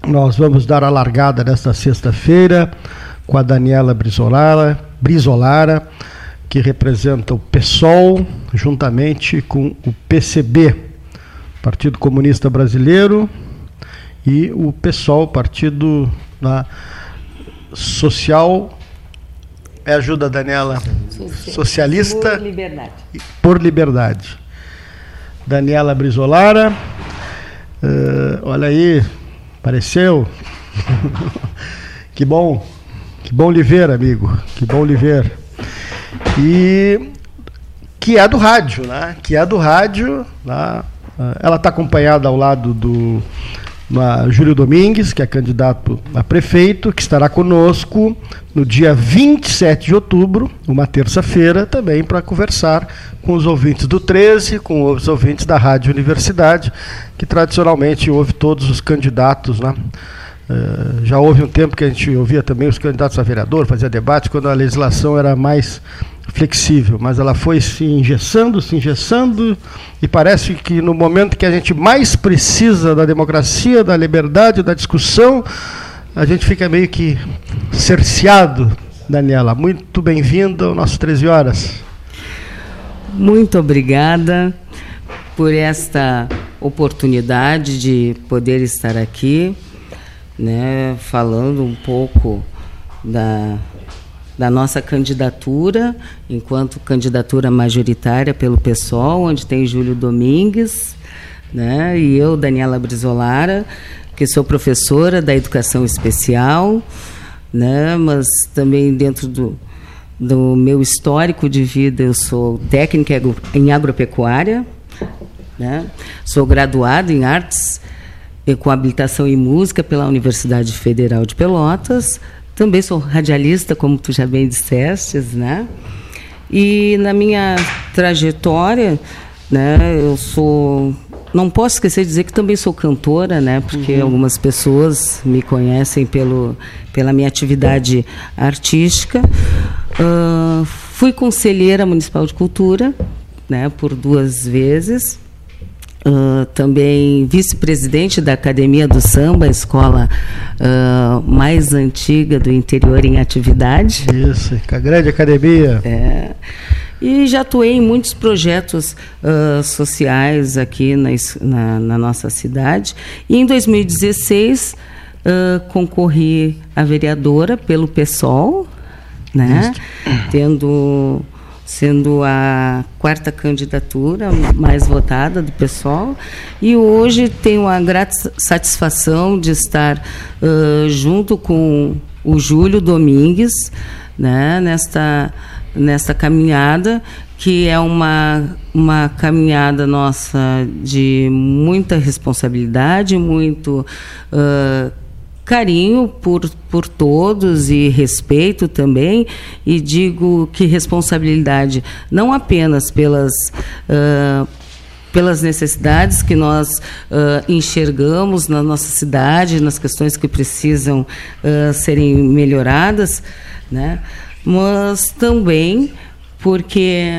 nós vamos dar a largada nesta sexta-feira com a Daniela Brizolara, que representa o PSOL, juntamente com o PCB, Partido Comunista Brasileiro, e o PSOL, Partido Social... Me ajuda, Daniela. Socialista... Por Liberdade. Por Liberdade. Daniela Brizolara, olha aí, apareceu. Que bom lhe ver, amigo, que bom lhe ver. E que é do rádio, né? Ela está acompanhada ao lado do Júlio Domingues, que é candidato a prefeito, que estará conosco no dia 27 de outubro, uma terça-feira, também para conversar com os ouvintes do 13, com os ouvintes da Rádio Universidade, que tradicionalmente ouve todos os candidatos, né? Já houve um tempo que a gente ouvia também os candidatos a vereador, fazia debate, quando a legislação era mais flexível, mas ela foi se engessando, e parece que no momento que a gente mais precisa da democracia, da liberdade, da discussão, a gente fica meio que cerceado. Daniela, muito bem-vinda ao nosso 13 Horas. Muito obrigada por esta oportunidade de poder estar aqui, né, falando um pouco da nossa candidatura, enquanto candidatura majoritária pelo PSOL, onde tem Júlio Domingues, né, e eu, Daniela Brizolara, que sou professora da educação especial, né, mas também dentro do meu histórico de vida eu sou técnica em agropecuária, né, sou graduada em artes com habilitação em música pela Universidade Federal de Pelotas. Também sou radialista, como tu já bem disseste, né? E na minha trajetória, né, não posso esquecer de dizer que também sou cantora, né? Porque algumas pessoas me conhecem pela minha atividade artística. Fui conselheira municipal de cultura, né, por 2 vezes. Também vice-presidente da Academia do Samba, a escola mais antiga do interior em atividade. Isso, a grande academia. E já atuei em muitos projetos sociais aqui na nossa cidade. E em 2016 concorri a vereadora pelo PSOL, né? Sendo a 4ª candidatura mais votada do PSOL, e hoje tenho a grata satisfação de estar junto com o Júlio Domingues, né, nesta caminhada, que é uma caminhada nossa de muita responsabilidade, muito carinho por todos e respeito também, e digo que responsabilidade não apenas pelas necessidades que nós enxergamos na nossa cidade, nas questões que precisam serem melhoradas, né? Mas também porque,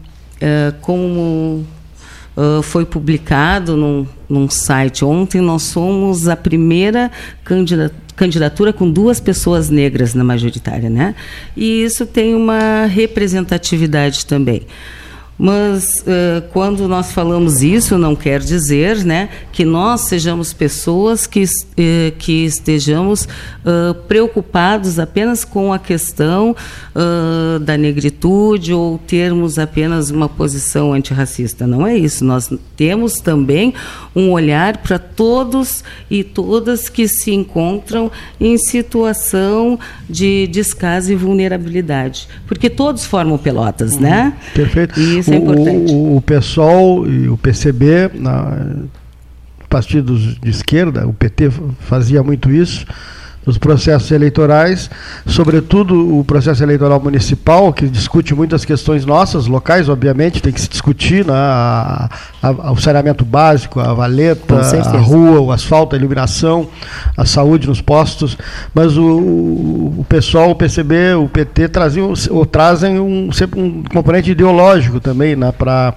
como foi publicado num site ontem, nós somos a primeira candidatura com 2 pessoas negras na majoritária, né? E isso tem uma representatividade também. Mas quando nós falamos isso, não quer dizer, né, que nós sejamos pessoas que estejamos preocupados apenas com a questão da negritude ou termos apenas uma posição antirracista. Não é isso. Nós temos também um olhar para todos e todas que se encontram em situação de descaso e vulnerabilidade. Porque todos formam Pelotas, né? Perfeito. E isso é importante. O PSOL e o PCB, partidos de esquerda, o PT fazia muito isso, nos processos eleitorais, sobretudo o processo eleitoral municipal, que discute muitas questões nossas, locais, obviamente, tem que se discutir, né, o saneamento básico, a valeta, a rua, o asfalto, a iluminação, a saúde nos postos, mas o PSOL, o PCB, o PT trazem sempre um componente ideológico também, né, para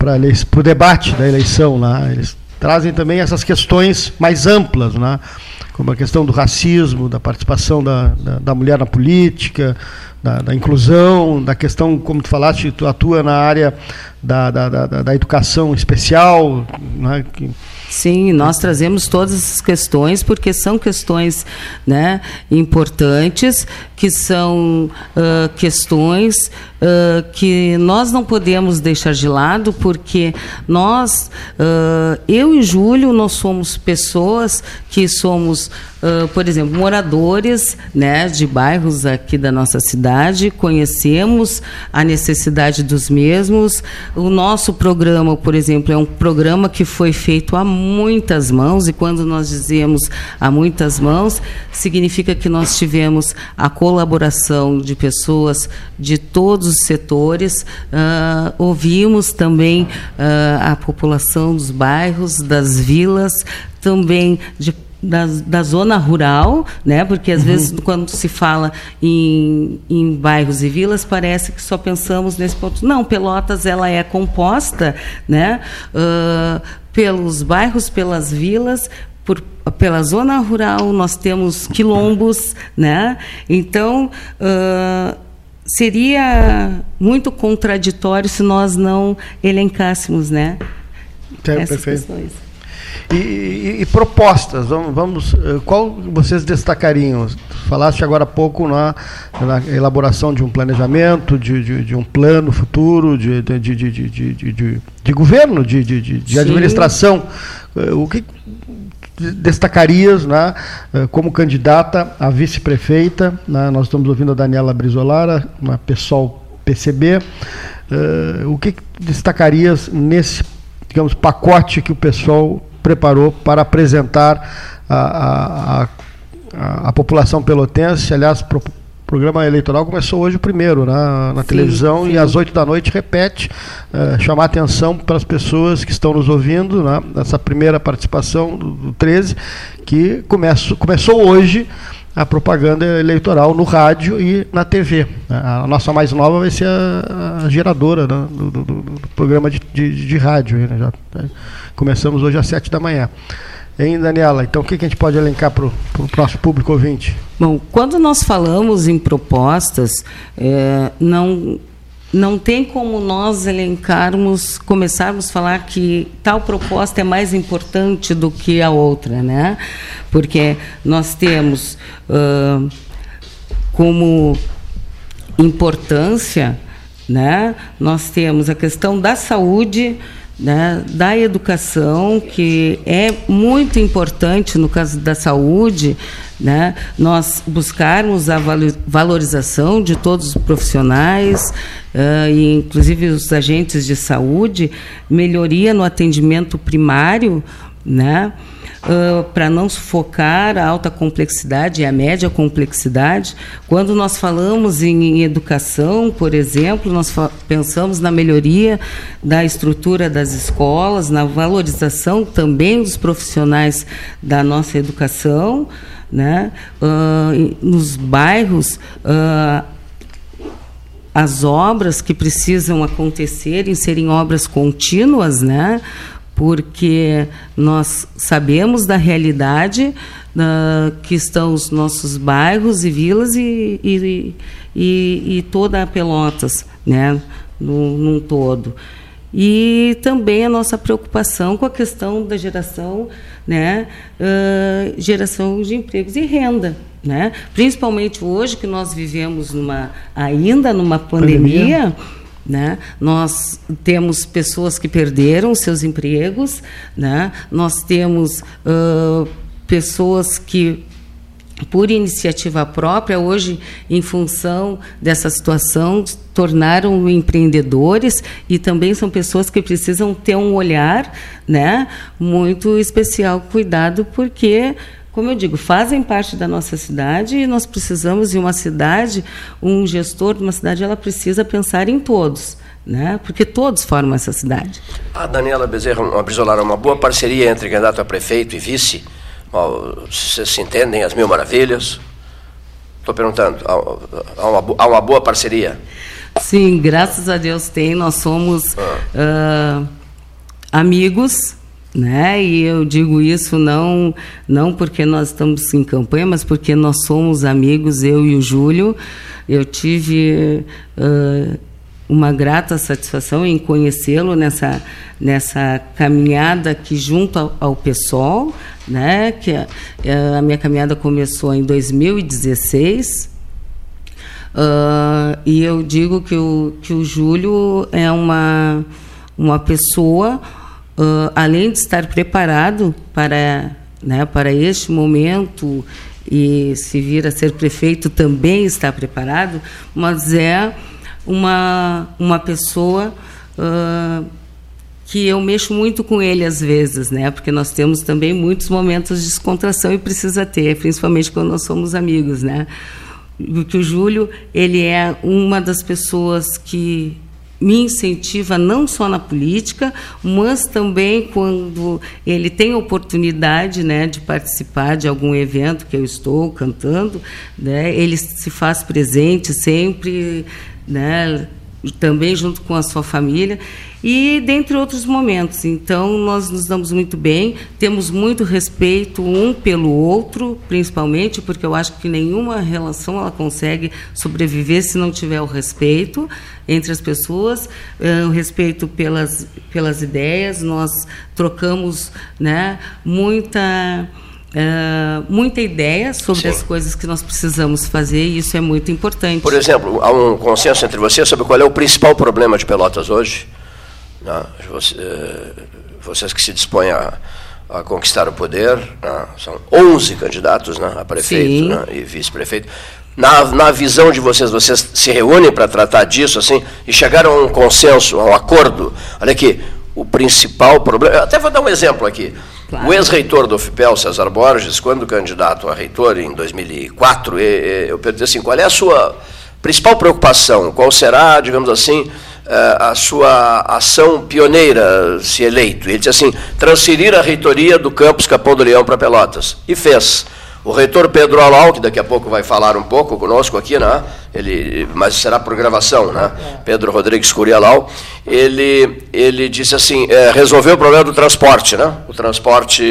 o debate da eleição, né, eles trazem também essas questões mais amplas, né? como a questão do racismo, da participação da mulher na política, da inclusão, da questão, como tu falaste, tu atua na área da educação especial, né? Sim, nós trazemos todas essas questões porque são questões, né, importantes, que são questões que nós não podemos deixar de lado, porque nós, eu e Júlio, nós somos pessoas que somos, por exemplo, moradores, né, de bairros aqui da nossa cidade, conhecemos a necessidade dos mesmos. O nosso programa, por exemplo, é um programa que foi feito a muitas mãos, e quando nós dizemos a muitas mãos, significa que nós tivemos a colaboração de pessoas de todos os setores, ouvimos também a população dos bairros, das vilas, também da zona rural, né? Porque às vezes quando se fala em bairros e vilas, parece que só pensamos nesse ponto. Não, Pelotas ela é composta, né? Pelos bairros, pelas vilas, pela zona rural, nós temos quilombos, né? Então, seria muito contraditório se nós não elencássemos, né? Essas Perfeito. questões. E propostas, vamos, qual vocês destacariam? Falaste agora há pouco na elaboração de um planejamento, de um plano futuro, de governo, de administração. O que destacarias, né, como candidata a vice-prefeita, né? Nós estamos ouvindo a Daniela Brizolara, uma PSOL PCB. O que destacarias nesse, digamos, pacote que o PSOL preparou para apresentar a população pelotense? Aliás, o programa eleitoral começou hoje o primeiro, né, na televisão, sim. E às 8 da noite repete, chamar atenção para as pessoas que estão nos ouvindo, né, nessa primeira participação do 13, que começou hoje a propaganda eleitoral no rádio e na TV. A nossa mais nova vai ser a geradora, né, do programa de rádio. Né, já começamos hoje às 7 da manhã. Hein, Daniela? Então, o que a gente pode elencar para o nosso público ouvinte? Bom, quando nós falamos em propostas, não tem como nós começarmos a falar que tal proposta é mais importante do que a outra, né? Porque nós temos como importância, né? Nós temos a questão da saúde, né, da educação, que é muito importante no caso da saúde, né, nós buscarmos a valorização de todos os profissionais, e inclusive os agentes de saúde, melhoria no atendimento primário, né, para não sufocar a alta complexidade e a média complexidade. Quando nós falamos em educação, por exemplo, nós pensamos na melhoria da estrutura das escolas, na valorização também dos profissionais da nossa educação, né? Nos bairros, as obras que precisam acontecer, serem obras contínuas, né? Porque nós sabemos da realidade que estão os nossos bairros e vilas e toda a Pelotas, né, num todo. E também a nossa preocupação com a questão da geração, né, geração de empregos e renda, né? Principalmente hoje que nós vivemos ainda numa pandemia. Né? Nós temos pessoas que perderam seus empregos, né? Nós temos pessoas que, por iniciativa própria, hoje, em função dessa situação, tornaram empreendedores, e também são pessoas que precisam ter um olhar, né, muito especial, cuidado, porque, como eu digo, fazem parte da nossa cidade, e nós precisamos de uma cidade, um gestor de uma cidade, ela precisa pensar em todos, né? Porque todos formam essa cidade. A Daniela Brizolara, uma boa parceria entre candidato a prefeito e vice, vocês se entendem às mil maravilhas? Estou perguntando, há uma boa parceria? Sim, graças a Deus tem, nós somos amigos, né? E eu digo isso não porque nós estamos em campanha, mas porque nós somos amigos, eu e o Júlio. Eu tive uma grata satisfação em conhecê-lo nessa caminhada aqui junto ao PSOL, né? Que a minha caminhada começou em 2016. E eu digo que o Júlio é uma pessoa, além de estar preparado para este momento, e se vir a ser prefeito também está preparado, mas é uma pessoa que eu mexo muito com ele às vezes, né? Porque nós temos também muitos momentos de descontração e precisa ter, principalmente quando nós somos amigos, né? Porque o Júlio, ele é uma das pessoas que me incentiva não só na política, mas também quando ele tem oportunidade, né, de participar de algum evento que eu estou cantando, né, ele se faz presente sempre, né, também junto com a sua família, e dentre outros momentos. Então, nós nos damos muito bem, temos muito respeito um pelo outro, principalmente, porque eu acho que nenhuma relação ela consegue sobreviver se não tiver o respeito entre as pessoas, o respeito pelas ideias. Nós trocamos, né, muita ideia sobre as coisas que nós precisamos fazer, e isso é muito importante. Por exemplo, há um consenso entre vocês sobre qual é o principal problema de Pelotas hoje? Não, vocês que se dispõem a conquistar o poder, não, são 11 candidatos, né, a prefeito, né, e vice-prefeito. Na visão de vocês se reúnem para tratar disso assim, e chegaram a um consenso, a um acordo? Olha aqui, o principal problema... Eu até vou dar um exemplo aqui. Claro. O ex-reitor do UFPEL, César Borges, quando candidato a reitor em 2004, eu perguntei assim, qual é a sua principal preocupação? Qual será, digamos assim, a sua ação pioneira, se eleito? Ele disse assim, transferir a reitoria do campus Capão do Leão para Pelotas. E fez. O reitor Pedro Alau, que daqui a pouco vai falar um pouco conosco aqui, né? Mas será por gravação, né? Pedro Rodrigues Curialau, ele disse assim, resolveu o problema do transporte, né? O transporte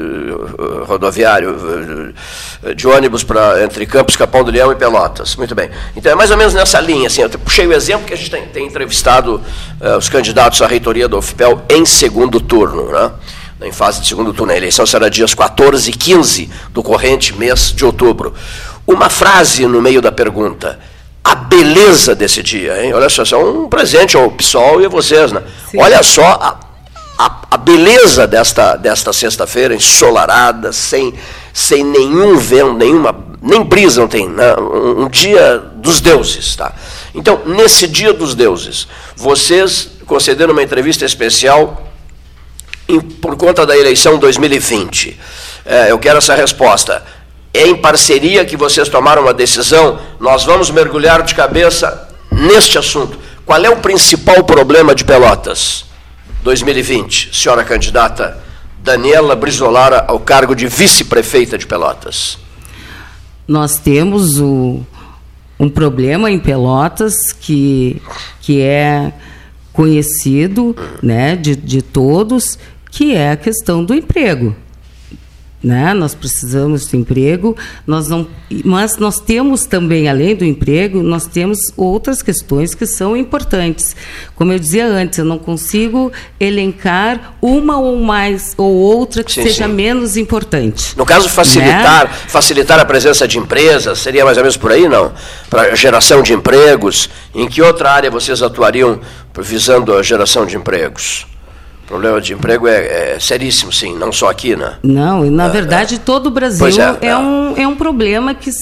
rodoviário de ônibus entre Campos, Capão do Leão e Pelotas. Muito bem. Então é mais ou menos nessa linha, assim, eu puxei o exemplo que a gente tem entrevistado os candidatos à reitoria do UFPEL em segundo turno, né? Em fase de segundo turno. A eleição será dias 14 e 15 do corrente mês de outubro. Uma frase no meio da pergunta. A beleza desse dia, hein? Olha só, isso é um presente ao PSOL e a vocês, né? Sim. Olha só a beleza desta sexta-feira, ensolarada, sem nenhum vento, nem brisa não tem, né? Um dia dos deuses, tá? Então, nesse dia dos deuses, vocês concederam uma entrevista especial por conta da eleição 2020. Eu quero essa resposta. É em parceria que vocês tomaram uma decisão? Nós vamos mergulhar de cabeça neste assunto. Qual é o principal problema de Pelotas 2020, senhora candidata Daniela Brizolara ao cargo de vice-prefeita de Pelotas? Nós temos um problema em Pelotas que é conhecido, né, de todos, que é a questão do emprego, né? Nós precisamos de emprego, mas nós temos também, além do emprego, nós temos outras questões que são importantes. Como eu dizia antes, eu não consigo elencar uma ou outra que seja menos importante. No caso, facilitar a presença de empresas, seria mais ou menos por aí, não? Para a geração de empregos, em que outra área vocês atuariam visando a geração de empregos? O problema de emprego é seríssimo, sim, não só aqui, né? Não, na verdade, todo o Brasil é um problema que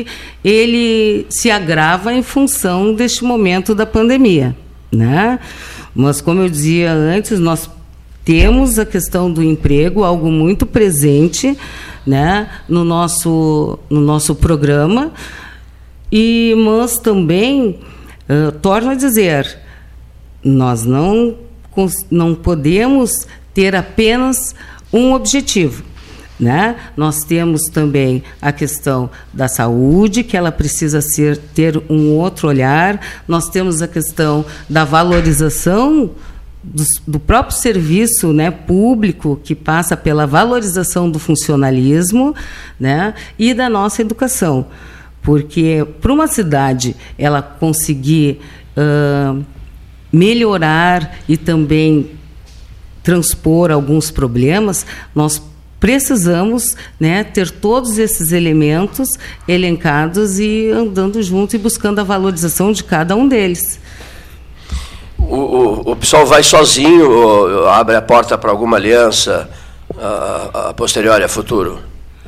ele se agrava em função deste momento da pandemia, né? Mas, como eu dizia antes, nós temos a questão do emprego, algo muito presente, né, no nosso programa, mas também, torno a dizer, nós não podemos ter apenas um objetivo, né? Nós temos também a questão da saúde, que ela precisa ter um outro olhar. Nós temos a questão da valorização do próprio serviço, né, público, que passa pela valorização do funcionalismo, né, e da nossa educação. Porque para uma cidade ela conseguir melhorar e também transpor alguns problemas, nós precisamos, né, ter todos esses elementos elencados e andando junto e buscando a valorização de cada um deles. O pessoal vai sozinho ou abre a porta para alguma aliança a posteriori, a futuro?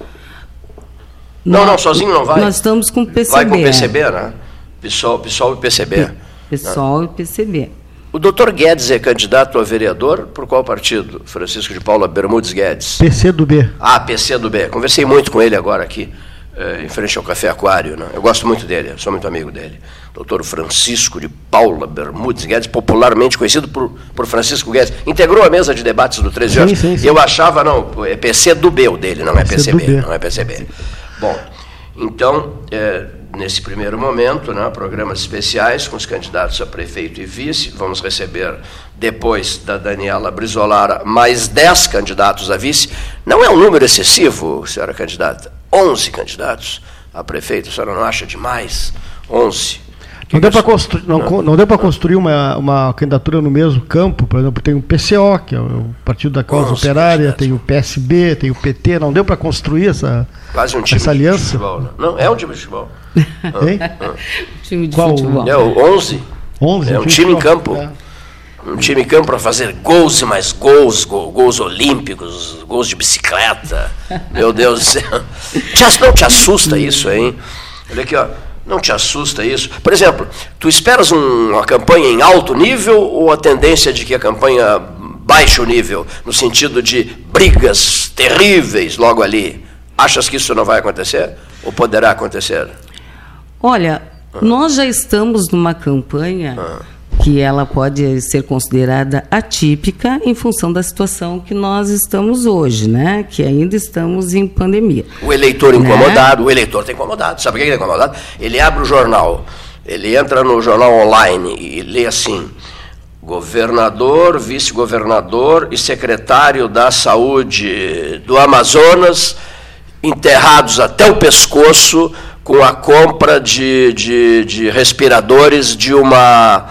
Não, sozinho não vai. Nós estamos com o PCB. Vai com o PCB, né? PSOL e PCB. PSOL e PCB. O doutor Guedes é candidato a vereador por qual partido? Francisco de Paula Bermudes Guedes. PCdoB. PCdoB. Conversei muito com ele agora aqui, em frente ao Café Aquário. Né? Eu gosto muito dele, sou muito amigo dele. Doutor Francisco de Paula Bermudes Guedes, popularmente conhecido por Francisco Guedes. Integrou a mesa de debates do 13 horas. Sim. Eu achava, não, é PCdoB o dele, não é PCB. Não é PCB. Bom, então, nesse primeiro momento, né, programas especiais com os candidatos a prefeito e vice. Vamos receber, depois da Daniela Brizolara, mais 10 candidatos a vice. Não é um número excessivo, senhora candidata? 11 candidatos a prefeito. A senhora não acha demais? 11. Não deu para construir uma candidatura no mesmo campo. Por exemplo, tem o PCO, que é o Partido da Causa Operária, tem o PSB, tem o PT. Não deu para construir essa aliança? De futebol, né? Não, é um time de futebol. Time de Qual? futebol. É o 11. 11 É um time em campo. Um time em campo para fazer gols e mais gols, gols olímpicos, gols de bicicleta. Meu Deus do céu. Não te assusta isso, hein? Olha aqui, ó. Não te assusta isso? Por exemplo, tu esperas uma campanha em alto nível ou a tendência de que a campanha baixe o nível, no sentido de brigas terríveis logo ali? Achas que isso não vai acontecer? Ou poderá acontecer? Olha, nós já estamos numa campanha que ela pode ser considerada atípica em função da situação que nós estamos hoje, né? Que ainda estamos em pandemia. O eleitor incomodado, o eleitor está incomodado. Sabe por que ele está incomodado? Ele abre o jornal, ele entra no jornal online e lê assim: governador, vice-governador e secretário da Saúde do Amazonas enterrados até o pescoço com a compra de respiradores de uma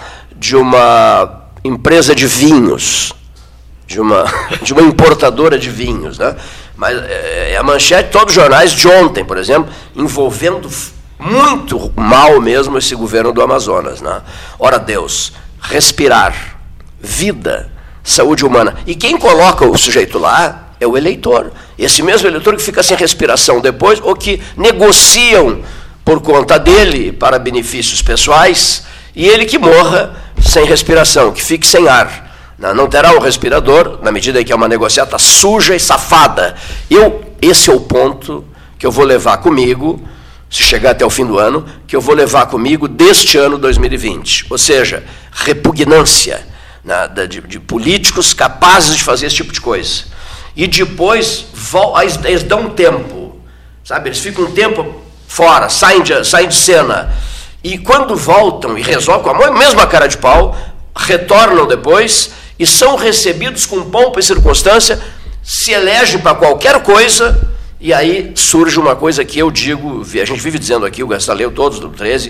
empresa de vinhos, de uma importadora de vinhos, né? Mas é a manchete de todos os jornais de ontem, por exemplo, envolvendo muito mal mesmo esse governo do Amazonas, né? Ora Deus, respirar, vida, saúde humana. E quem coloca o sujeito lá é o eleitor. Esse mesmo eleitor que fica sem respiração depois, ou que negociam por conta dele para benefícios pessoais, e ele que morra sem respiração, que fique sem ar. Não terá o respirador, na medida em que é uma negociata suja e safada. Esse é o ponto que eu vou levar comigo, se chegar até o fim do ano, que eu vou levar comigo deste ano 2020. Ou seja, repugnância, né, de políticos capazes de fazer esse tipo de coisa. E depois eles dão um tempo, sabe? Eles ficam um tempo fora, saem de cena. E quando voltam e resolvem com a mesma cara de pau, retornam depois e são recebidos com pompa e circunstância, se elegem para qualquer coisa, e aí surge uma coisa que eu digo, a gente vive dizendo aqui, o Gastaleu, todos do 13,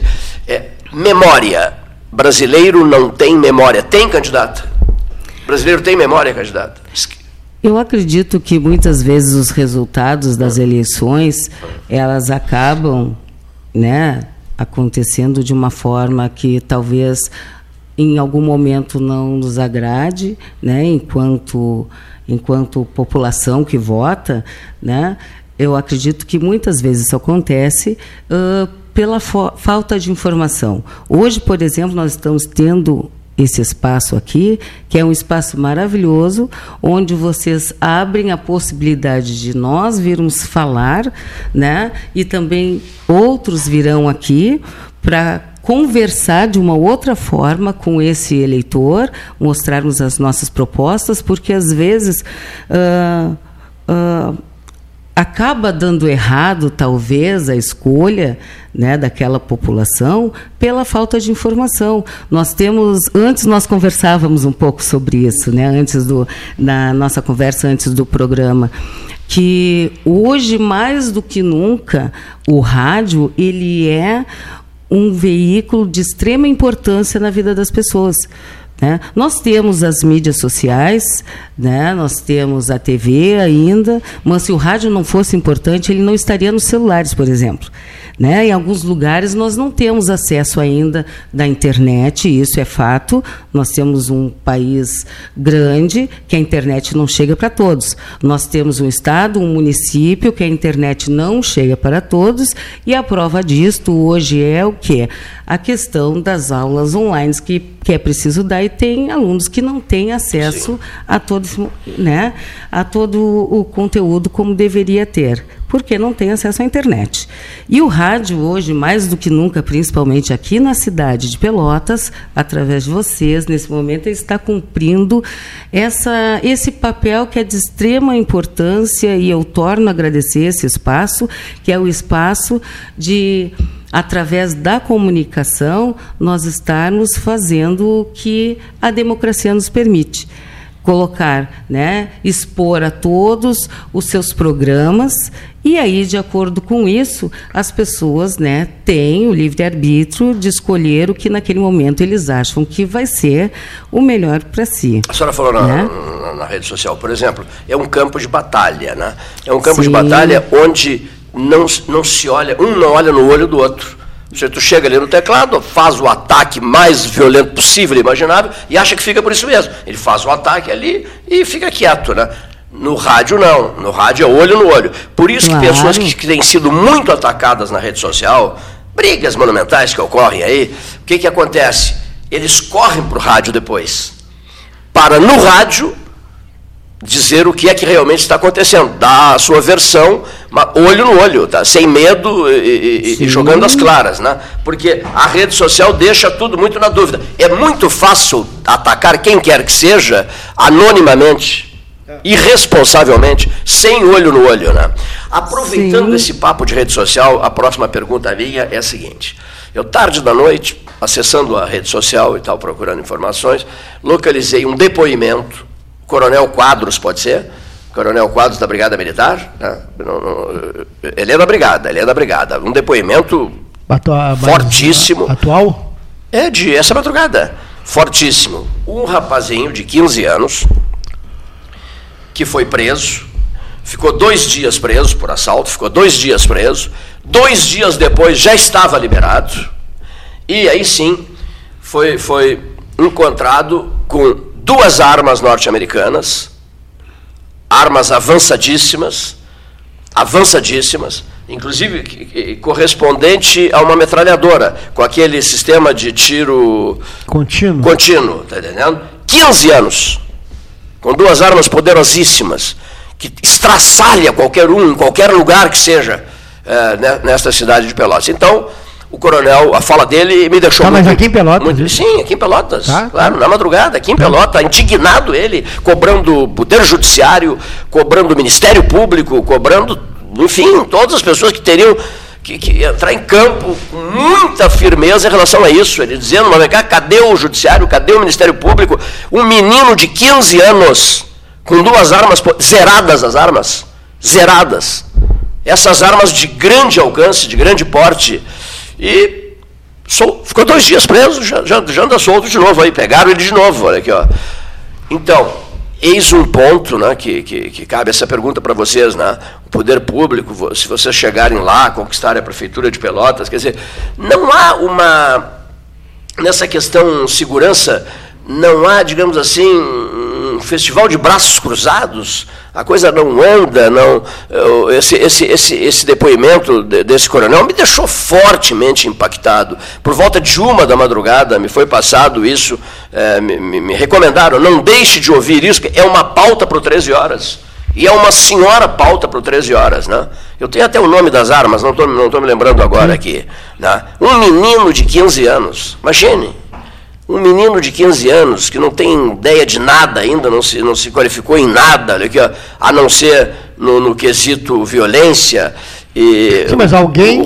memória. Brasileiro não tem memória. Tem, candidata? Brasileiro tem memória, candidata? Eu acredito que muitas vezes os resultados das eleições, elas acabam, né, acontecendo de uma forma que talvez em algum momento não nos agrade, né, enquanto população que vota, né. Eu acredito que muitas vezes isso acontece pela falta de informação. Hoje, por exemplo, nós estamos tendo esse espaço aqui, que é um espaço maravilhoso, onde vocês abrem a possibilidade de nós virmos falar, né? E também outros virão aqui para conversar de uma outra forma com esse eleitor, mostrarmos as nossas propostas, porque às vezes acaba dando errado, talvez, a escolha, né, daquela população pela falta de informação. Antes nós conversávamos um pouco sobre isso, né, na nossa conversa antes do programa, que hoje, mais do que nunca, o rádio ele é um veículo de extrema importância na vida das pessoas. Né? Nós temos as mídias sociais, né? Nós temos a TV ainda, mas se o rádio não fosse importante, ele não estaria nos celulares, por exemplo. Né? Em alguns lugares nós não temos acesso ainda da internet, isso é fato. Nós temos um país grande que a internet não chega para todos. Nós temos um estado, um município que a internet não chega para todos, e a prova disto hoje é o quê? A questão das aulas online que é preciso dar, e tem alunos que não têm acesso a todo o conteúdo como deveria ter, porque não tem acesso à internet. E o rádio hoje, mais do que nunca, principalmente aqui na cidade de Pelotas, através de vocês, nesse momento, ele está cumprindo esse papel que é de extrema importância, e eu torno a agradecer esse espaço, que é o espaço de, através da comunicação, nós estarmos fazendo o que a democracia nos permite. Colocar, né, expor a todos os seus programas, e aí, de acordo com isso, as pessoas, né, têm o livre-arbítrio de escolher o que naquele momento eles acham que vai ser o melhor para si. A senhora falou na rede social, por exemplo, é um campo de batalha, né? É um campo de batalha onde não se olha, um não olha no olho do outro. Tu chega ali no teclado, faz o ataque mais violento possível, imaginável, e acha que fica por isso mesmo. Ele faz o ataque ali e fica quieto, né? No rádio, não. No rádio é olho no olho. Por isso que pessoas que têm sido muito atacadas na rede social, brigas monumentais que ocorrem aí, o que acontece? Eles correm para o rádio depois, para no rádio dizer o que é que realmente está acontecendo, dar a sua versão, olho no olho, tá? Sem medo e jogando as claras, né? Porque a rede social deixa tudo muito na dúvida. É muito fácil atacar quem quer que seja, anonimamente, irresponsavelmente, sem olho no olho, né? Aproveitando esse papo de rede social, a próxima pergunta minha é a seguinte. Eu, tarde da noite, acessando a rede social e tal, procurando informações, localizei um depoimento. Coronel Quadros, pode ser? Coronel Quadros da Brigada Militar? Né? Ele é da Brigada. Um depoimento fortíssimo. Atual? É, de essa madrugada. Fortíssimo. Um rapazinho de 15 anos, que foi preso, ficou 2 dias preso por assalto, 2 dias depois já estava liberado, e aí sim foi encontrado com 2 armas norte-americanas, armas avançadíssimas, inclusive correspondente a uma metralhadora, com aquele sistema de tiro contínuo, tá entendendo? 15 anos, com 2 armas poderosíssimas, que estraçalha qualquer um, em qualquer lugar que seja, nesta cidade de Pelotas. Então, o coronel, a fala dele me deixou muito... Mas aqui em Pelotas? Sim, aqui em Pelotas, claro, na madrugada, aqui em Pelotas, indignado ele, cobrando o Poder Judiciário, cobrando o Ministério Público, cobrando, enfim, todas as pessoas que teriam que entrar em campo com muita firmeza em relação a isso. Ele dizendo, mas cadê o Judiciário, cadê o Ministério Público? Um menino de 15 anos, com 2 armas, zeradas as armas, zeradas. Essas armas de grande alcance, de grande porte, e ficou 2 dias preso, já anda solto de novo aí, pegaram ele de novo, olha aqui, ó. Então, eis um ponto, né, que cabe essa pergunta para vocês, né? O poder público, se vocês chegarem lá, conquistarem a prefeitura de Pelotas, quer dizer, não há nessa questão segurança, não há, digamos assim, um festival de braços cruzados, a coisa não anda, esse depoimento desse coronel me deixou fortemente impactado. Por volta de 1 da madrugada me foi passado isso, me recomendaram, não deixe de ouvir isso, que é uma pauta para o 13 horas. E é uma senhora pauta para o 13 horas, né? Eu tenho até o nome das armas, não estou me lembrando agora aqui. Né? Um menino de 15 anos, imagine. Um menino de 15 anos que não tem ideia de nada ainda, não se qualificou em nada, olha aqui, ó, a não ser no quesito violência. Sim, mas alguém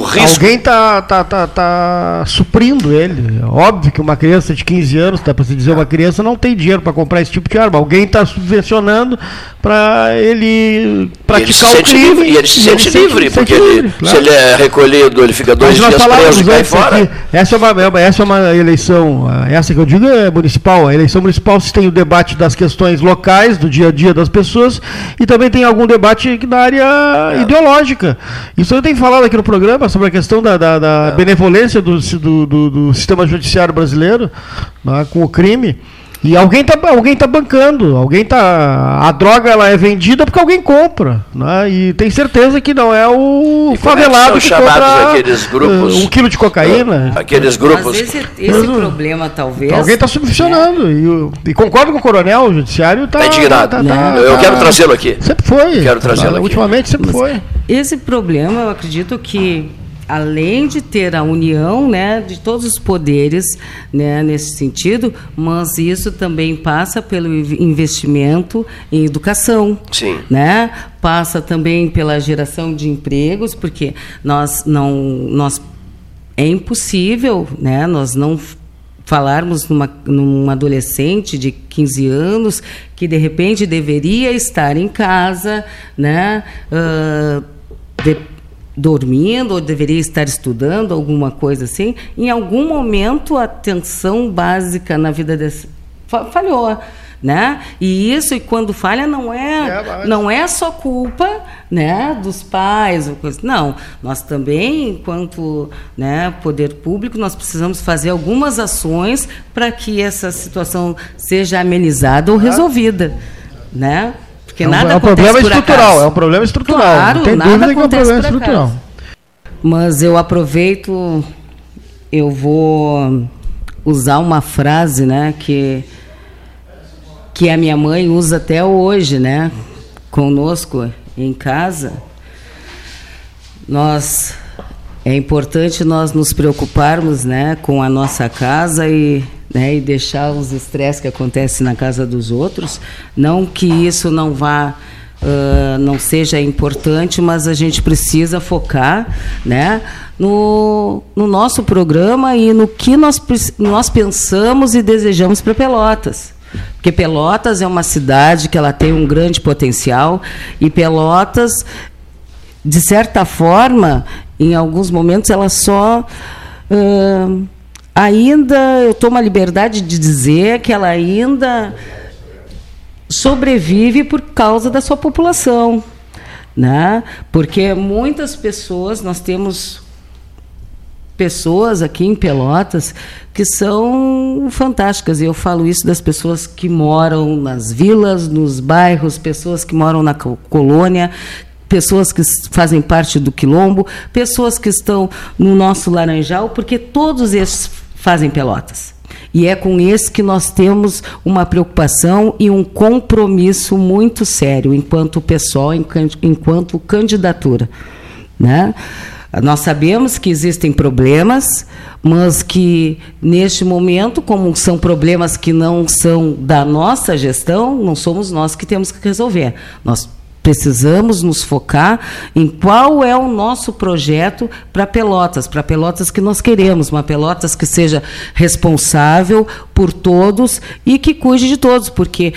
está suprindo ele. Óbvio que uma criança de 15 anos, dá para se dizer, uma criança não tem dinheiro para comprar esse tipo de arma. Alguém está subvencionando para ele praticar o crime. E ele se sente livre, porque se ele é recolhido, ele fica 2 dias preso e cai fora. Essa é uma eleição, essa que eu digo é municipal. A eleição municipal se tem o debate das questões locais, do dia a dia das pessoas, e também tem algum debate na área ideológica. Isso eu tenho falado aqui no programa sobre a questão da benevolência do sistema judiciário brasileiro, né, com o crime. E alguém tá bancando, a droga ela é vendida porque alguém compra, né? E tem certeza que não é o favelado que compra aqueles grupos, 1 quilo de cocaína. Aqueles grupos. Mas esse problema talvez. Alguém está subvencionando. E concordo com o coronel, o judiciário está indignado. Eu quero trazê-lo aqui. Sempre foi. Quero trazê-lo aqui. Ultimamente sempre foi. Esse problema, eu acredito que, além de ter a união, né, de todos os poderes, né, nesse sentido, mas isso também passa pelo investimento em educação. Sim. Né? Passa também pela geração de empregos, porque é impossível, né, nós não falarmos num adolescente de 15 anos que, de repente, deveria estar em casa, né, dormindo, ou deveria estar estudando, alguma coisa assim. Em algum momento, a atenção básica na vida desse falhou, né? E isso, e quando falha, não é só culpa, né, dos pais ou coisa. Não, nós também, enquanto, né, poder público, nós precisamos fazer algumas ações para que essa situação seja amenizada ou resolvida, né? Porque nada acontece por acaso. É um problema estrutural. Claro, não tem dúvida que é um problema estrutural. Mas eu aproveito, eu vou usar uma frase, né, que a minha mãe usa até hoje, né, conosco em casa. É importante nós nos preocuparmos, né, com a nossa casa e deixar os estresses que acontecem na casa dos outros. Não que isso não seja importante, mas a gente precisa focar, né, no nosso programa e no que nós pensamos e desejamos para Pelotas. Porque Pelotas é uma cidade que ela tem um grande potencial, e Pelotas, de certa forma, em alguns momentos, ela só ainda, eu tomo a liberdade de dizer que ela ainda sobrevive por causa da sua população, né? Porque muitas pessoas, nós temos pessoas aqui em Pelotas que são fantásticas, e eu falo isso das pessoas que moram nas vilas, nos bairros, pessoas que moram na colônia, pessoas que fazem parte do Quilombo, pessoas que estão no nosso Laranjal, porque todos esses fazem Pelotas. E é com esse que nós temos uma preocupação e um compromisso muito sério, enquanto pessoal, enquanto candidatura, né? Nós sabemos que existem problemas, mas que, neste momento, como são problemas que não são da nossa gestão, não somos nós que temos que resolver. Nós precisamos nos focar em qual é o nosso projeto para Pelotas que nós queremos, uma Pelotas que seja responsável por todos e que cuide de todos, porque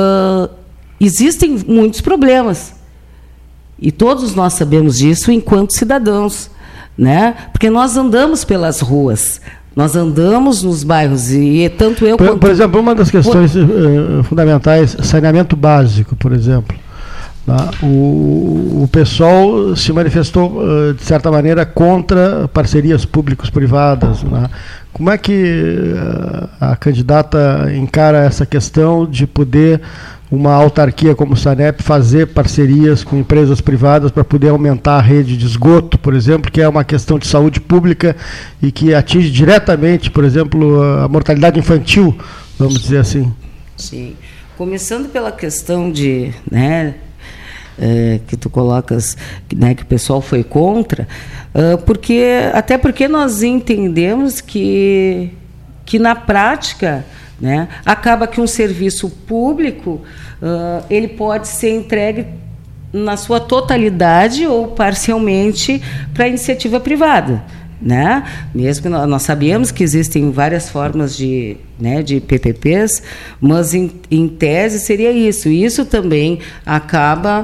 existem muitos problemas. E todos nós sabemos disso enquanto cidadãos, né? Porque nós andamos pelas ruas, nós andamos nos bairros, e tanto eu quanto... Por exemplo, uma das questões fundamentais, saneamento básico, por exemplo. Tá? O pessoal se manifestou, de certa maneira, contra parcerias públicos-privadas. Né? Como é que a candidata encara essa questão de poder uma autarquia como o Sanep fazer parcerias com empresas privadas para poder aumentar a rede de esgoto, por exemplo, que é uma questão de saúde pública e que atinge diretamente, por exemplo, a mortalidade infantil, vamos dizer assim? Sim. Começando pela questão de... que tu colocas, né, que o pessoal foi contra, até porque nós entendemos que na prática, né, acaba que um serviço público ele pode ser entregue na sua totalidade ou parcialmente para a iniciativa privada, né? Mesmo que nós sabemos que existem várias formas de PPPs, mas em tese seria isso. Isso também acaba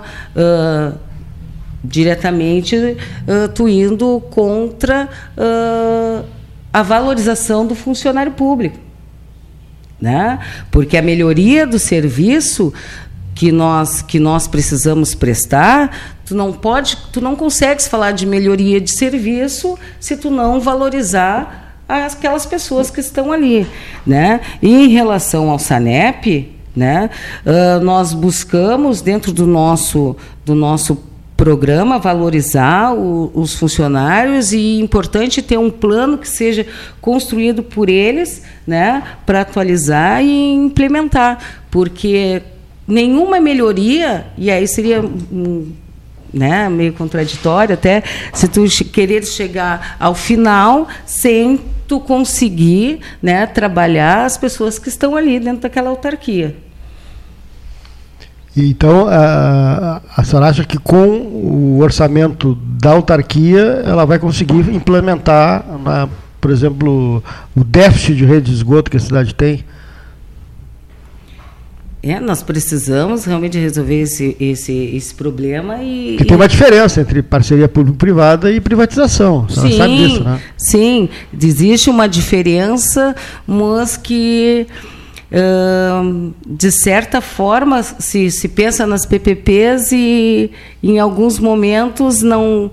diretamente atuando contra a valorização do funcionário público, né? Porque a melhoria do serviço que nós precisamos prestar, tu não consegues falar de melhoria de serviço se tu não valorizar aquelas pessoas que estão ali, né? E em relação ao SANEP, né, nós buscamos dentro do nosso programa valorizar os funcionários, e é importante ter um plano que seja construído por eles, né, para atualizar e implementar, porque nenhuma melhoria, e aí seria né, meio contraditório até, se tu querer chegar ao final sem tu conseguir, né, trabalhar as pessoas que estão ali dentro daquela autarquia. Então, a senhora acha que com o orçamento da autarquia ela vai conseguir implementar, por exemplo, o déficit de rede de esgoto que a cidade tem? Nós precisamos realmente resolver esse problema. Que tem uma diferença entre parceria público-privada e privatização. Você sabe disso, né? Sim, existe uma diferença, mas que, de certa forma, se pensa nas PPPs e, em alguns momentos, não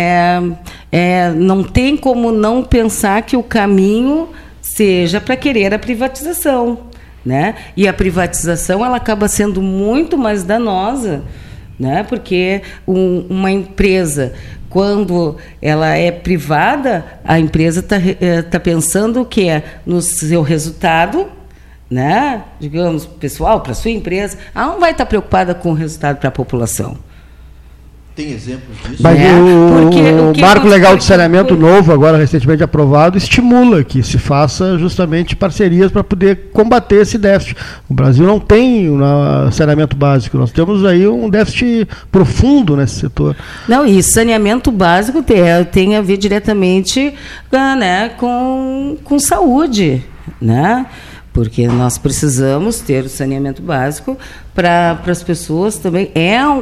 tem como não pensar que o caminho seja para querer a privatização, né? E a privatização ela acaba sendo muito mais danosa, né? Porque uma empresa, quando ela é privada, a empresa tá pensando o quê? No seu resultado, né? Digamos, pessoal, para a sua empresa, ela não vai estar preocupada com o resultado para a população. Tem exemplos disso? Mas o Marco Legal de Saneamento novo, agora recentemente aprovado, estimula que se faça justamente parcerias para poder combater esse déficit. O Brasil não tem saneamento básico, nós temos aí um déficit profundo nesse setor. Não, e saneamento básico tem a ver diretamente, né, com saúde, né? Porque nós precisamos ter o saneamento básico para as pessoas também.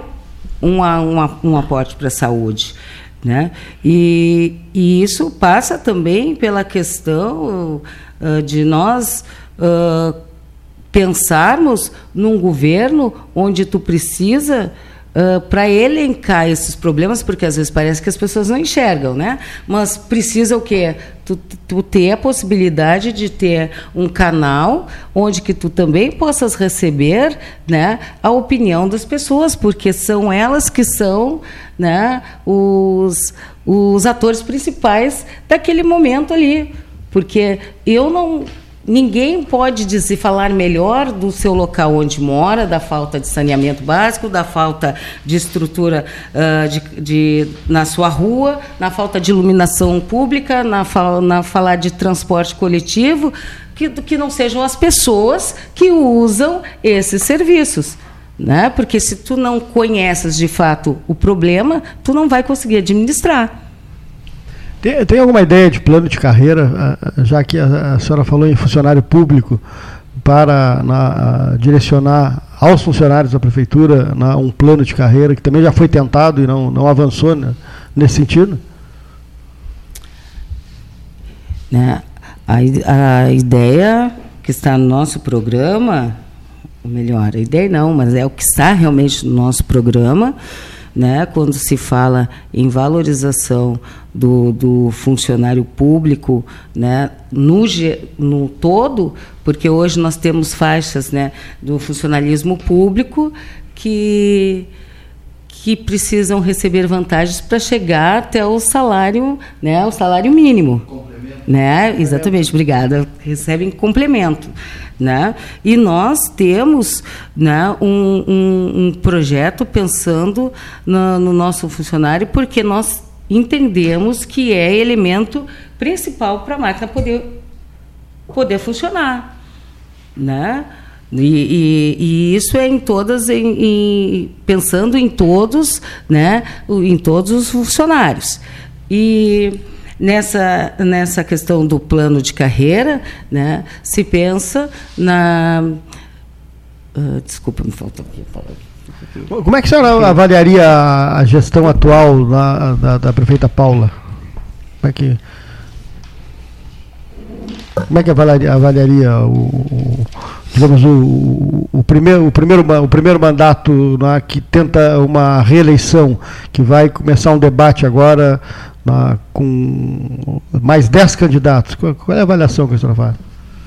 Um aporte para a saúde, né? E isso passa também pela questão de nós pensarmos num governo onde tu precisa, para elencar esses problemas, porque às vezes parece que as pessoas não enxergam, né? Mas precisa o quê? Tu ter a possibilidade de ter um canal onde que tu também possas receber, né, a opinião das pessoas, porque são elas que são, né, os atores principais daquele momento ali. Porque ninguém pode falar melhor do seu local onde mora, da falta de saneamento básico, da falta de estrutura na sua rua, na falta de iluminação pública, na falar de transporte coletivo, que não sejam as pessoas que usam esses serviços, né? Porque se tu não conheces de fato o problema, tu não vai conseguir administrar. Tem alguma ideia de plano de carreira, já que a senhora falou em funcionário público, para direcionar aos funcionários da prefeitura um plano de carreira que também já foi tentado e não avançou, né, nesse sentido? A ideia que está no nosso programa, ou melhor, a ideia não, mas é o que está realmente no nosso programa, né, quando se fala em valorização do funcionário público, né, no todo, porque hoje nós temos faixas, né, do funcionalismo público que precisam receber vantagens para chegar até o salário, né, o salário mínimo. Complemento. Né? Exatamente, obrigada. Recebem complemento. Né? E nós temos, né, um projeto pensando no nosso funcionário, porque nós entendemos que é elemento principal para a máquina poder funcionar, né? E isso é em todas, pensando em todos, né, em todos os funcionários. E nessa questão do plano de carreira, né, se pensa na... desculpa, me faltou aqui. Como é que a senhora avaliaria a gestão atual da prefeita Paula? Como é que avaliaria digamos, o primeiro mandato, né, que tenta uma reeleição, que vai começar um debate agora, né, com mais 10 candidatos? Qual é a avaliação que a senhora faz?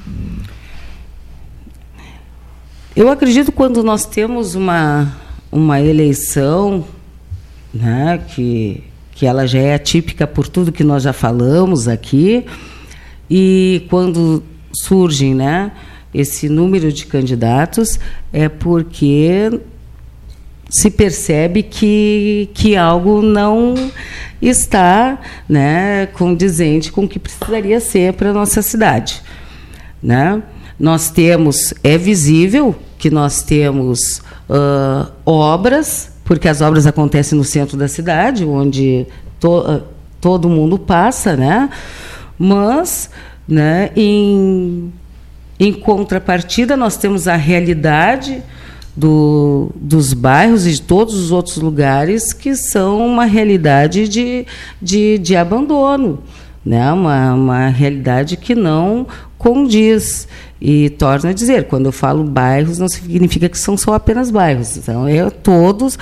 Eu acredito que quando nós temos uma eleição, né, que ela já é atípica por tudo que nós já falamos aqui, e quando surgem, né, esse número de candidatos, é porque se percebe que algo não está, né, condizente com o que precisaria ser para a nossa cidade, né? Nós temos, é visível que nós temos obras, porque as obras acontecem no centro da cidade, onde todo mundo passa, né? Mas, né, em contrapartida, nós temos a realidade dos bairros e de todos os outros lugares, que são uma realidade de abandono, né? Uma realidade que não condiz. E torno a dizer, quando eu falo bairros, não significa que são só apenas bairros. Então, todos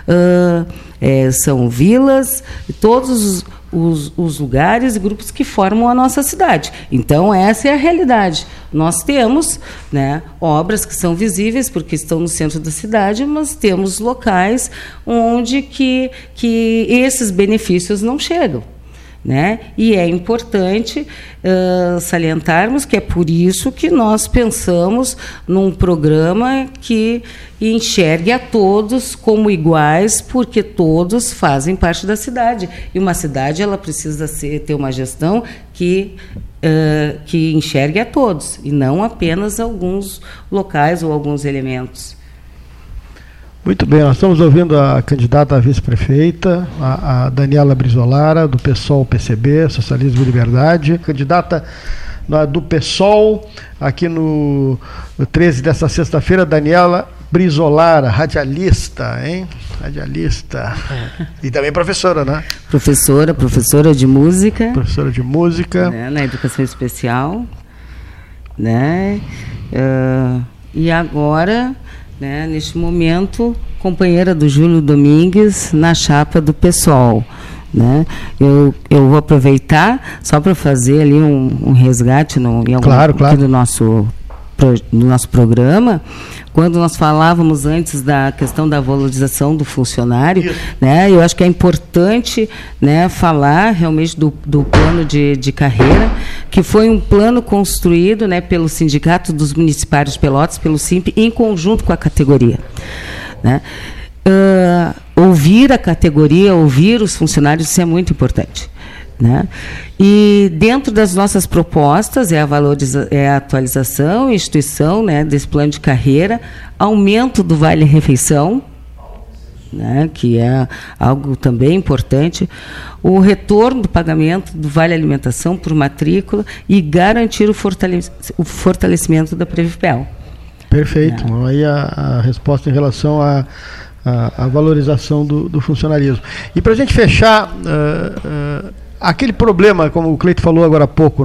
são vilas, todos os lugares e grupos que formam a nossa cidade. Então, essa é a realidade. Nós temos, né, obras que são visíveis, porque estão no centro da cidade, mas temos locais onde que esses benefícios não chegam, né? E é importante salientarmos que é por isso que nós pensamos num programa que enxergue a todos como iguais, porque todos fazem parte da cidade. E uma cidade, ela precisa ter uma gestão que enxergue a todos, e não apenas alguns locais ou alguns elementos. Muito bem, nós estamos ouvindo a candidata a vice-prefeita, a Daniela Brizolara, do PSOL-PCB, Socialismo e Liberdade, candidata do PSOL, aqui no 13 desta sexta-feira, Daniela Brizolara, radialista, hein? Radialista. E também professora, né? Professora de música. Professora de música. Né, na educação especial. Né? E agora, né, neste momento, companheira do Júlio Domingues na chapa do PSOL. Né? Eu vou aproveitar só para fazer ali um resgate claro. do nosso programa, quando nós falávamos antes da questão da valorização do funcionário, né, eu acho que é importante, né, falar realmente do plano de carreira, que foi um plano construído, né, pelo Sindicato dos Municipários de Pelotas, pelo SIMP, em conjunto com a categoria. Né? Ouvir a categoria, ouvir os funcionários, isso é muito importante. Né? E dentro das nossas propostas é a atualização e instituição, né, desse plano de carreira, aumento do vale-refeição, né, que é algo também importante, o retorno do pagamento do vale-alimentação por matrícula e garantir o fortalecimento da Previpel. Perfeito. Né? Aí a resposta em relação à valorização do funcionarismo. E para a gente fechar... aquele problema, como o Cleito falou agora há pouco,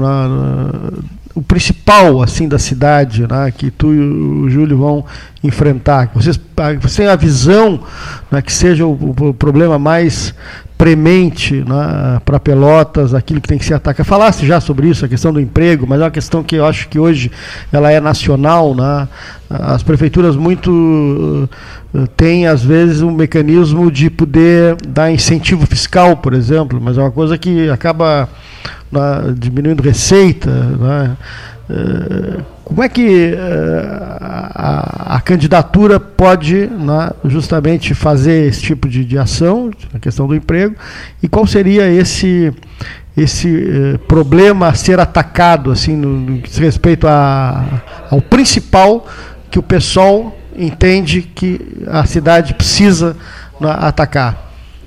o principal assim da cidade, né, que tu e o Júlio vão enfrentar, vocês têm a visão, né, que seja o problema mais premente, né, para Pelotas, aquilo que tem que ser atacado. Falasse já sobre isso, a questão do emprego, mas é uma questão que eu acho que hoje ela é nacional, né? As prefeituras têm, às vezes, um mecanismo de poder dar incentivo fiscal, por exemplo, mas é uma coisa que acaba, né, diminuindo receita, né? Como é que a candidatura pode, né, justamente fazer esse tipo de ação, a questão do emprego, e qual seria esse problema a ser atacado, assim, no que diz respeito ao principal, que o PSOL entende que a cidade precisa atacar?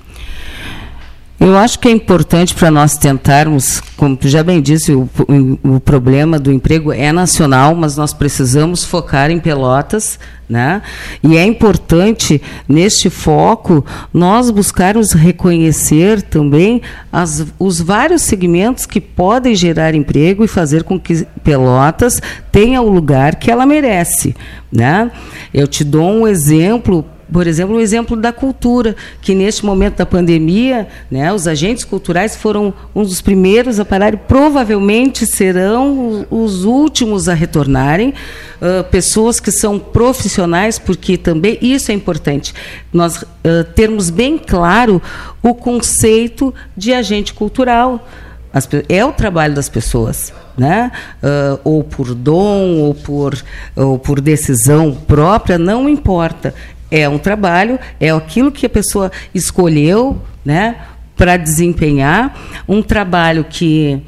Eu acho que é importante para nós tentarmos, como tu já bem disse, o problema do emprego é nacional, mas nós precisamos focar em Pelotas, né? E é importante, neste foco, nós buscarmos reconhecer também os vários segmentos que podem gerar emprego e fazer com que Pelotas tenha o lugar que ela merece, né? Eu te dou um exemplo. Por exemplo, o exemplo da cultura, que neste momento da pandemia, né, os agentes culturais foram um dos primeiros a parar e provavelmente serão os últimos a retornarem, pessoas que são profissionais, porque também isso é importante, nós termos bem claro o conceito de agente cultural. É o trabalho das pessoas, né? Ou por dom, ou por decisão própria, não importa. É um trabalho, é aquilo que a pessoa escolheu, né, para desempenhar, um trabalho que,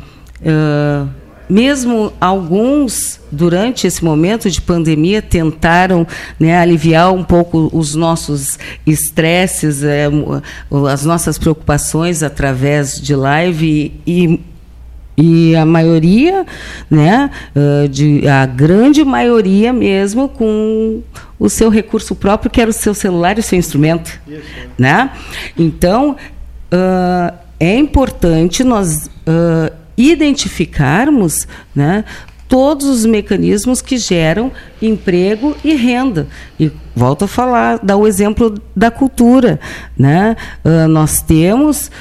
mesmo alguns, durante esse momento de pandemia, tentaram, né, aliviar um pouco os nossos estresses, as nossas preocupações através de live e a maioria, né, a grande maioria mesmo, com o seu recurso próprio, que era o seu celular e o seu instrumento. Isso. Né? Então, é importante nós identificarmos, né, todos os mecanismos que geram emprego e renda. E volto a falar, dar o exemplo da cultura. Né? Nós temos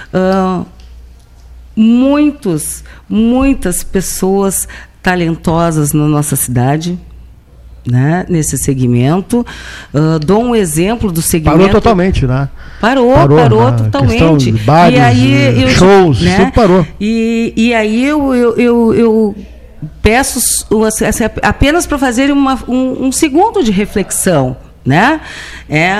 muitas pessoas talentosas na nossa cidade, né, nesse segmento. Dou um exemplo do segmento. Parou totalmente, né? Parou totalmente. De bares, e aí shows, né, tudo parou. E aí eu peço apenas para fazer um segundo de reflexão, né? É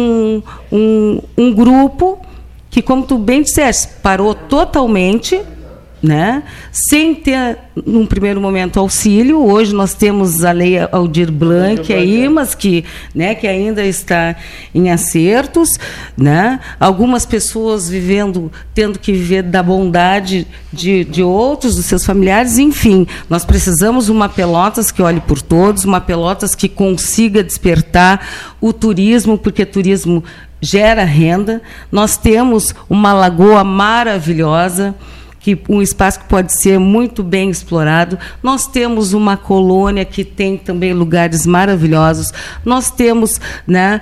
um grupo que, como tu bem disseste, parou totalmente, né, sem ter, num primeiro momento, auxílio. Hoje nós temos a Lei Aldir Blanc aí, mas que, né, que ainda está em acertos, né? Algumas pessoas tendo que viver da bondade de outros, dos seus familiares. Enfim, nós precisamos uma Pelotas que olhe por todos, uma Pelotas que consiga despertar o turismo, porque turismo gera renda. Nós temos uma lagoa maravilhosa, um espaço que pode ser muito bem explorado. Nós temos uma colônia que tem também lugares maravilhosos. Nós temos, né,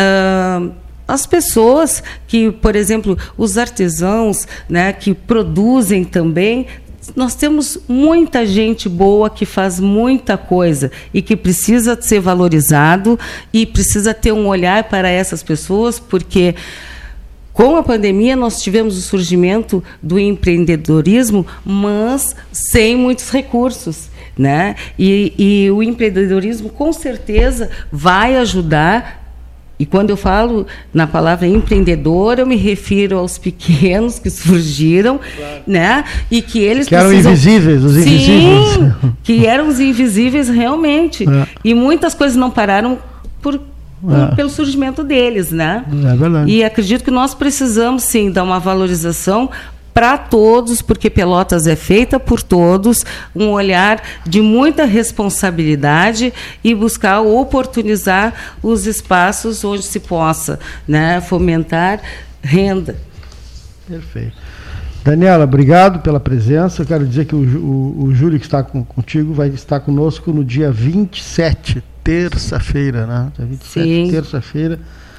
as pessoas que, por exemplo, os artesãos, né, que produzem também. Nós temos muita gente boa que faz muita coisa e que precisa ser valorizado e precisa ter um olhar para essas pessoas, porque com a pandemia nós tivemos o surgimento do empreendedorismo, mas sem muitos recursos, né? E o empreendedorismo com certeza vai ajudar. E quando eu falo na palavra empreendedor, eu me refiro aos pequenos que surgiram, claro, né? E que eles eram invisíveis, os invisíveis. Sim, que eram os invisíveis realmente. E muitas coisas não pararam pelo surgimento deles, né? É verdade. E acredito que nós precisamos, sim, dar uma valorização para todos, porque Pelotas é feita por todos, um olhar de muita responsabilidade e buscar oportunizar os espaços onde se possa, né, fomentar renda. Perfeito. Daniela, obrigado pela presença. Eu quero dizer que o Júlio, que está contigo, vai estar conosco no dia 27, terça-feira, né? Dia 27, sim, terça-feira,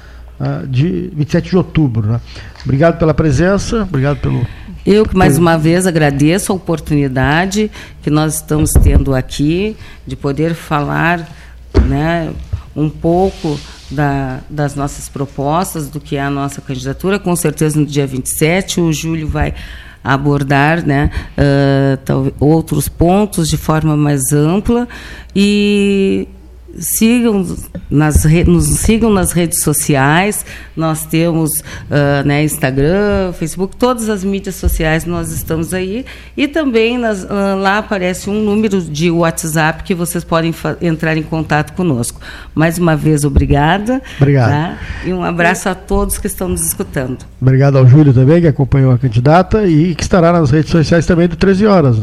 de 27 de outubro, né? Obrigado pela presença, obrigado pelo... Eu que mais uma vez agradeço a oportunidade que nós estamos tendo aqui de poder falar, né, um pouco das nossas propostas, do que é a nossa candidatura. Com certeza no dia 27 o Júlio vai abordar, né, outros pontos de forma mais ampla e nos sigam nas redes sociais. Nós temos Instagram, Facebook, todas as mídias sociais nós estamos aí. E também lá aparece um número de WhatsApp que vocês podem entrar em contato conosco. Mais uma vez, obrigada. Obrigado. Tá? E um abraço a todos que estão nos escutando. Obrigado ao Júlio também, que acompanhou a candidata e que estará nas redes sociais também do 13 Horas.